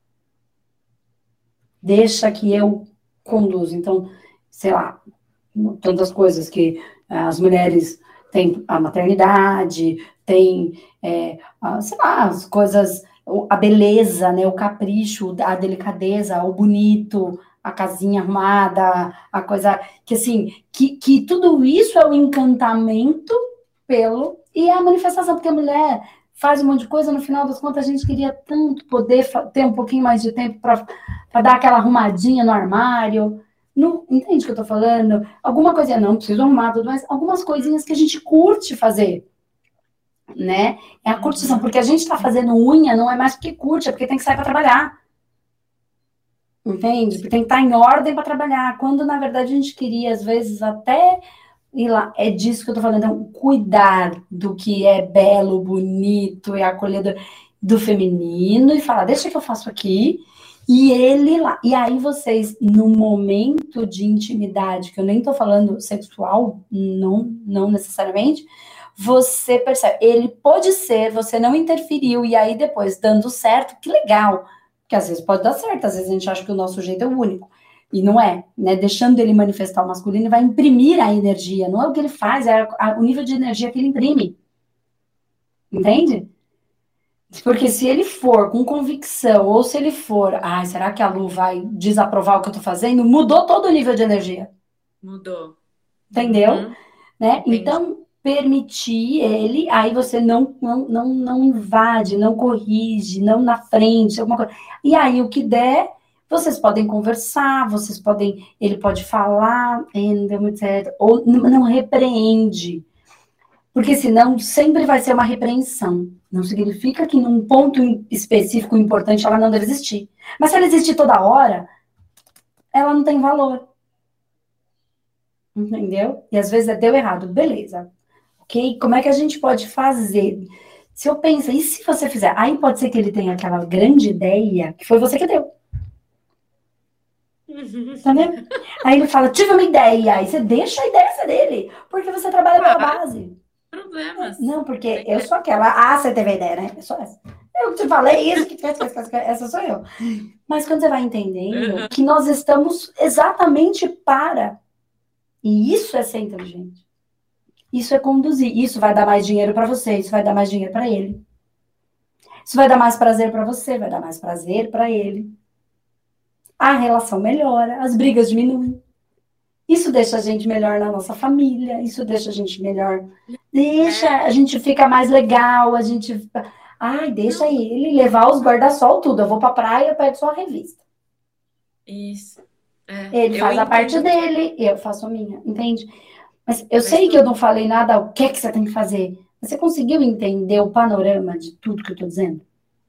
S1: Deixa que eu conduzo. Então, sei lá, tantas coisas que as mulheres têm a maternidade, tem, sei lá, as coisas, a beleza, né, o capricho, a delicadeza, o bonito, a casinha arrumada, a coisa que assim, que tudo isso é o encantamento e a manifestação, porque a mulher faz um monte de coisa, no final das contas a gente queria tanto poder ter um pouquinho mais de tempo para dar aquela arrumadinha no armário. Entende o que eu tô falando? Alguma coisinha, não preciso arrumar tudo, mas algumas coisinhas que a gente curte fazer, né? É a curtição, porque a gente tá fazendo unha, não é mais porque curte, é porque tem que sair para trabalhar. Entende? Porque tem que estar em ordem para trabalhar. Quando, na verdade, a gente queria, às vezes, até ir lá. É disso que eu tô falando. Então, cuidar do que é belo, bonito e acolhedor do feminino e falar, deixa que eu faço aqui. E ele lá. E aí vocês, no momento de intimidade, que eu nem tô falando sexual, não necessariamente, você percebe. Ele pode ser, você não interferiu, e aí depois, dando certo, que legal. Porque às vezes pode dar certo, às vezes a gente acha que o nosso jeito é o único. E não é, né? Deixando ele manifestar o masculino, ele vai imprimir a energia. Não é o que ele faz, é o nível de energia que ele imprime. Entende? Porque se ele for com convicção, ou se ele for, será que a Lu vai desaprovar o que eu tô fazendo? Mudou todo o nível de energia.
S2: Mudou.
S1: Entendeu? Né? Então, permitir ele, aí você não invade, não corrige, não na frente, alguma coisa. E aí, o que der, vocês podem conversar, ele pode falar, ou não repreende. Porque senão sempre vai ser uma repreensão. Não significa que num ponto específico importante ela não deve existir. Mas se ela existir toda hora, ela não tem valor. Entendeu? E às vezes deu errado. Beleza. Ok? Como é que a gente pode fazer? Se eu penso, e se você fizer? Aí pode ser que ele tenha aquela grande ideia que foi você que deu. Tá vendo? Aí ele fala, tive uma ideia. Aí você deixa a ideia ser dele. Porque você trabalha pela base.
S2: Problemas.
S1: Não, porque eu sou aquela. Você teve a ideia, né? Eu sou essa. Eu te falei isso, essa sou eu. Mas quando você vai entendendo que nós estamos exatamente para. E isso é ser inteligente. Isso é conduzir. Isso vai dar mais dinheiro para você, isso vai dar mais dinheiro para ele. Isso vai dar mais prazer para você, vai dar mais prazer para ele. A relação melhora, as brigas diminuem. Isso deixa a gente melhor na nossa família, isso deixa a gente melhor. A gente fica mais legal, a gente. Deixa ele levar os guarda-sol, tudo. Eu vou pra praia, eu pego só a revista.
S2: Isso.
S1: Ele faz a parte dele, eu faço a minha, entende? Mas eu sei que eu não falei nada, o que é que você tem que fazer? Você conseguiu entender o panorama de tudo que eu tô dizendo?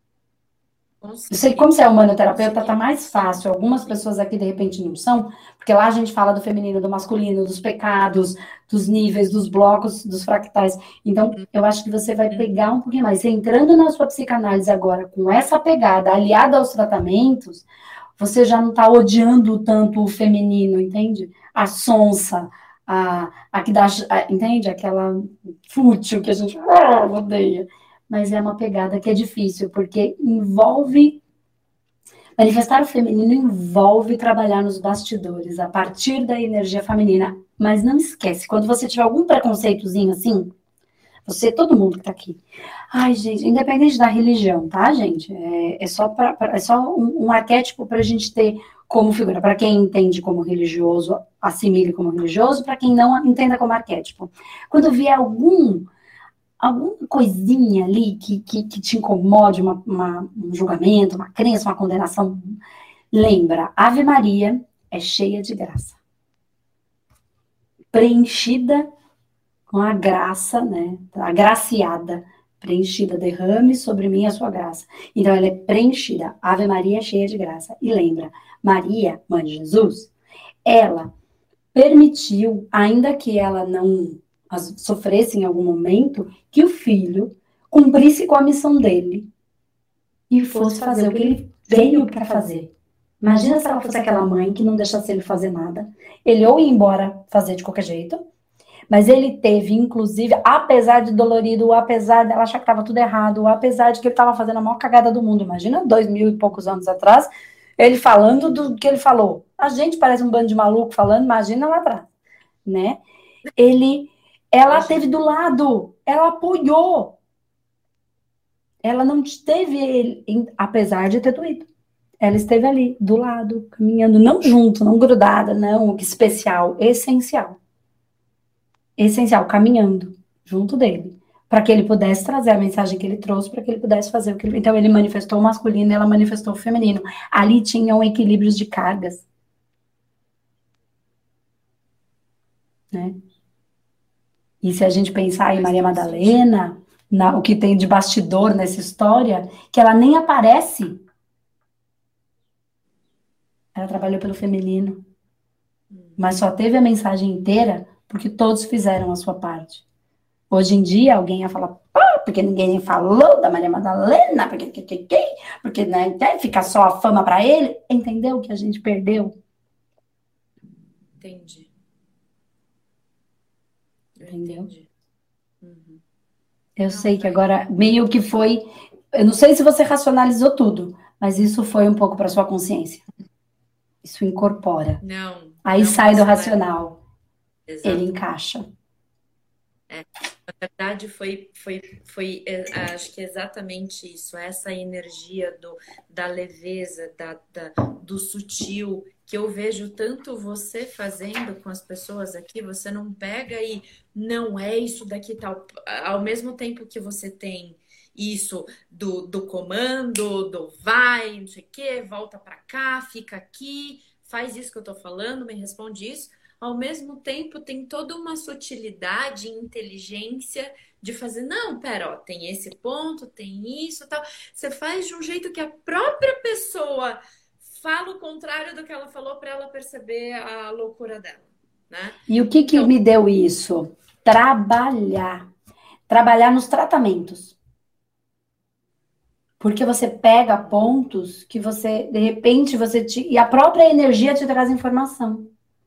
S1: Eu sei que como você é humanoterapeuta, tá mais fácil. Algumas pessoas aqui, de repente, não são, porque lá a gente fala do feminino, do masculino, dos pecados, dos níveis, dos blocos, dos fractais. Então, eu acho que você vai pegar um pouquinho mais. Você entrando na sua psicanálise agora, com essa pegada, aliada aos tratamentos, você já não tá odiando tanto o feminino, entende? A sonsa, a que dá, entende? Aquela fútil que a gente odeia. Mas é uma pegada que é difícil, porque envolve. Manifestar o feminino envolve trabalhar nos bastidores, a partir da energia feminina. Mas não esquece, quando você tiver algum preconceitozinho assim, todo mundo que tá aqui. Gente, independente da religião, tá, gente? É só um arquétipo pra gente ter como figura. Para quem entende como religioso, assimile como religioso, para quem não, entenda como arquétipo. Quando vier alguma coisinha ali que te incomode, um julgamento, uma crença, uma condenação, lembra, Ave Maria é cheia de graça. Preenchida com a graça, né? Agraciada, preenchida, derrame sobre mim a sua graça. Então, ela é preenchida. Ave Maria é cheia de graça. E lembra, Maria, mãe de Jesus, ela permitiu, ainda que ela não sofresse em algum momento, que o filho cumprisse com a missão dele e fosse fazer o que ele veio para fazer. Imagina se ela fosse aquela mãe que não deixasse ele fazer nada. Ele ou ia embora fazer de qualquer jeito, mas ele teve, inclusive, apesar de dolorido, apesar dela achar que estava tudo errado, apesar de que ele estava fazendo a maior cagada do mundo. Imagina 2000 e poucos anos atrás, ele falando do que ele falou. A gente parece um bando de maluco falando, imagina lá atrás, né? Ela esteve do lado, ela apoiou. Ela não teve ele, apesar de ter doído. Ela esteve ali, do lado, caminhando, não junto, não grudada, não, especial, essencial. Essencial, caminhando junto dele, para que ele pudesse trazer a mensagem que ele trouxe, para que ele pudesse fazer o que ele... Então, ele manifestou o masculino e ela manifestou o feminino. Ali tinham equilíbrios de cargas. Né? E se a gente pensar em Maria Madalena, o que tem de bastidor nessa história, que ela nem aparece. Ela trabalhou pelo feminino. Mas só teve a mensagem inteira porque todos fizeram a sua parte. Hoje em dia, alguém ia falar, porque ninguém falou da Maria Madalena, porque né, fica só a fama para ele. Entendeu o que a gente perdeu?
S2: Entendi.
S1: Entendeu?
S2: Entendi. Uhum.
S1: Eu sei que agora meio que foi... Eu não sei se você racionalizou tudo, mas isso foi um pouco para sua consciência. Isso incorpora.
S2: Não.
S1: Aí
S2: não
S1: sai do racional.
S2: Exatamente.
S1: Ele encaixa.
S2: Na verdade, foi acho que exatamente isso, essa energia da leveza, do sutil, que eu vejo tanto você fazendo com as pessoas aqui, você não pega e não é isso daqui tal. Ao mesmo tempo que você tem isso do comando, do vai, não sei o quê, volta pra cá, fica aqui, faz isso que eu tô falando, me responde isso. Ao mesmo tempo, tem toda uma sutilidade e inteligência de fazer, não, pera, ó, tem esse ponto, tem isso, tal. Você faz de um jeito que a própria pessoa fala o contrário do que ela falou para ela perceber a loucura dela, né?
S1: E o que
S2: Então,
S1: me deu isso? Trabalhar. Trabalhar nos tratamentos. Porque você pega pontos que você, de repente, e a própria energia te traz informação.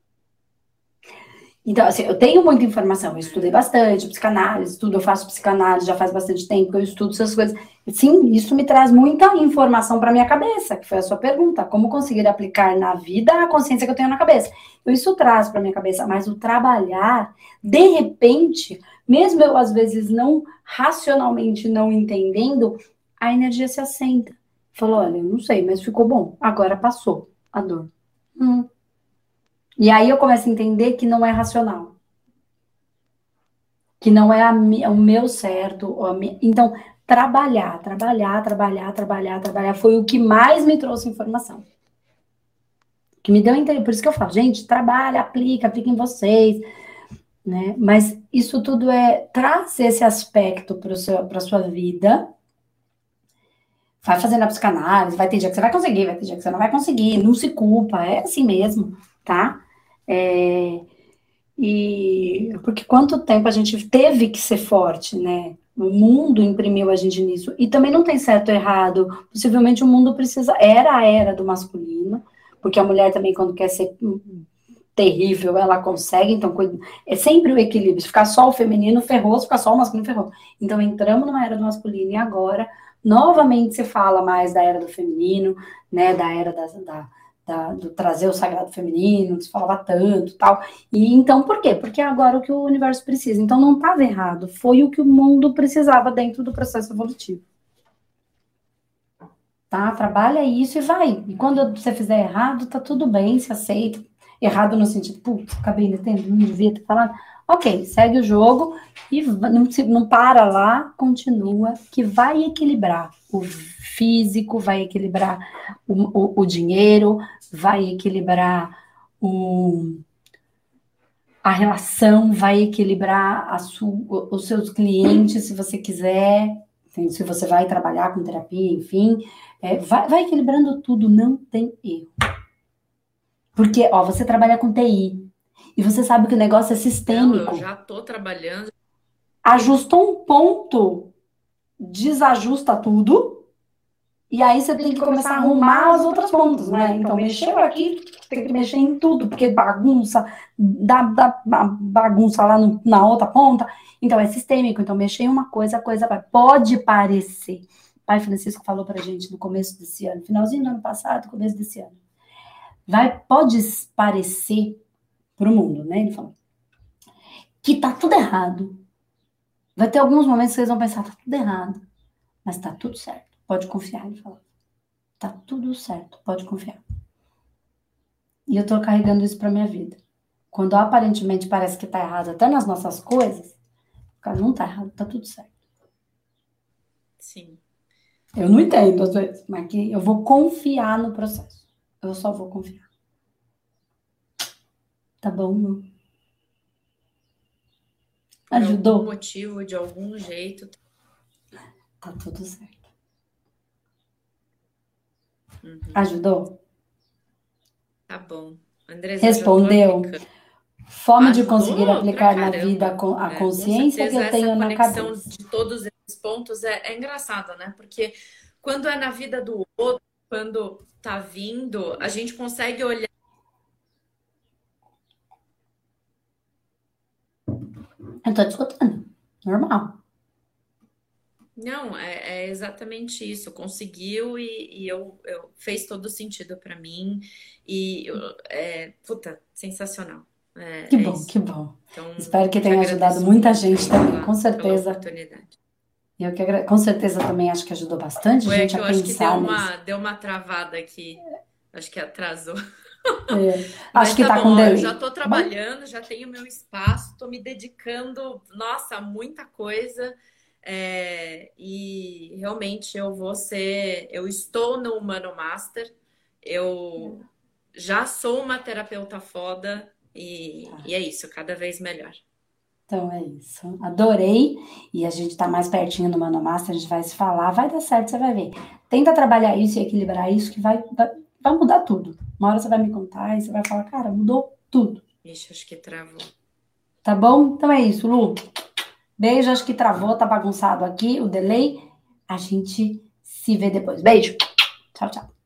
S1: Então, assim, eu tenho muita informação, eu estudei bastante, psicanálise, eu faço psicanálise já faz bastante tempo que eu estudo essas coisas. Sim, isso me traz muita informação para minha cabeça, que foi a sua pergunta, como conseguir aplicar na vida a consciência que eu tenho na cabeça. Então, isso traz para minha cabeça, mas o trabalhar, de repente, mesmo eu às vezes não racionalmente não entendendo, a energia se assenta. Falou, olha, eu não sei, mas ficou bom, agora passou a dor. E aí eu começo a entender que não é racional. Que não é o meu certo. Então, trabalhar foi o que mais me trouxe informação. Que me deu interesse. Por isso que eu falo, gente, trabalha, aplica em vocês. Né? Mas isso tudo traz esse aspecto para a sua vida. Vai fazendo a psicanálise, vai ter dia que você vai conseguir, vai ter dia que você não vai conseguir. Não se culpa, é assim mesmo, tá? E porque quanto tempo a gente teve que ser forte, né? O mundo imprimiu a gente nisso. E também não tem certo ou errado. Possivelmente o mundo era a era do masculino, porque a mulher também, quando quer ser terrível, ela consegue. Então, é sempre o equilíbrio. Se ficar só o feminino, ferrou. Se ficar só o masculino, ferrou. Então, entramos numa era do masculino e agora, novamente, se fala mais da era do feminino, né? Da era do trazer o sagrado feminino, que se falava tanto, tal. E então, por quê? Porque agora é o que o universo precisa. Então, não estava errado. Foi o que o mundo precisava dentro do processo evolutivo. Tá? Trabalha isso e vai. E quando você fizer errado, tá tudo bem, se aceita. Errado no sentido, putz, acabei metendo, não devia ter falado. Ok, segue o jogo e não para lá, continua, que vai equilibrar o físico, vai equilibrar o dinheiro, vai equilibrar a relação, vai equilibrar os seus clientes, se você quiser, se você vai trabalhar com terapia, enfim, vai equilibrando tudo, não tem erro. Porque, ó, você trabalha com TI e você sabe que o negócio é sistêmico.
S2: Não, eu já tô trabalhando.
S1: Ajustou um ponto, desajusta tudo, e aí você tem que começar a arrumar as outras pontas, né? Então, mexeu aqui, tem que mexer em tudo, porque bagunça, dá bagunça lá na outra ponta. Então, é sistêmico. Então, mexer em uma coisa, a coisa vai. Pode parecer. O Pai Francisco falou pra gente no começo desse ano, finalzinho do ano passado, começo desse ano. Pode parecer para o mundo, né? Ele falou que tá tudo errado. Vai ter alguns momentos que vocês vão pensar, tá tudo errado, mas tá tudo certo. Pode confiar, ele falou. Tá tudo certo, pode confiar. E eu tô carregando isso pra minha vida. Quando aparentemente parece que tá errado até nas nossas coisas, cara, não tá errado, tá tudo certo.
S2: Sim.
S1: Eu não entendo às vezes, mas que eu vou confiar no processo. Eu só vou confiar. Tá bom, Lu? Ajudou?
S2: Por algum motivo, de algum jeito.
S1: Tá tudo certo. Ajudou?
S2: Tá bom. Andresa,
S1: Respondeu? Forma de
S2: Ajudou
S1: conseguir aplicar na
S2: caramba.
S1: vida a consciência que eu tenho na cabeça.
S2: Essa conexão de todos esses pontos é engraçada, né? Porque quando é na vida do outro, quando tá vindo, a gente consegue olhar.
S1: Eu tô te escutando. Normal.
S2: Não, é exatamente isso. Conseguiu e eu fez todo sentido para mim. E puta, sensacional.
S1: Que bom,
S2: isso.
S1: que bom.
S2: Então,
S1: espero que tenha ajudado muita gente também, com certeza.
S2: Oportunidade.
S1: Com certeza também acho que ajudou bastante
S2: Foi
S1: gente
S2: que eu
S1: a
S2: acho que
S1: pensar nisso.
S2: deu uma travada aqui. Acho que atrasou.
S1: Acho que tá
S2: bom,
S1: com delay.
S2: Eu já tô trabalhando, já tenho meu espaço, tô me dedicando, nossa, muita coisa. E realmente eu estou no Humano Master, eu já sou uma terapeuta foda e é isso, cada vez melhor.
S1: Então é isso. Adorei. E a gente tá mais pertinho do Humano Master, a gente vai se falar, vai dar certo, você vai ver. Tenta trabalhar isso e equilibrar isso que vai mudar tudo. Uma hora você vai me contar e você vai falar, cara, mudou tudo.
S2: Ixi, acho que travou.
S1: Tá bom? Então é isso, Lu. Beijo, acho que travou, tá bagunçado aqui o delay. A gente se vê depois. Beijo. Tchau, tchau.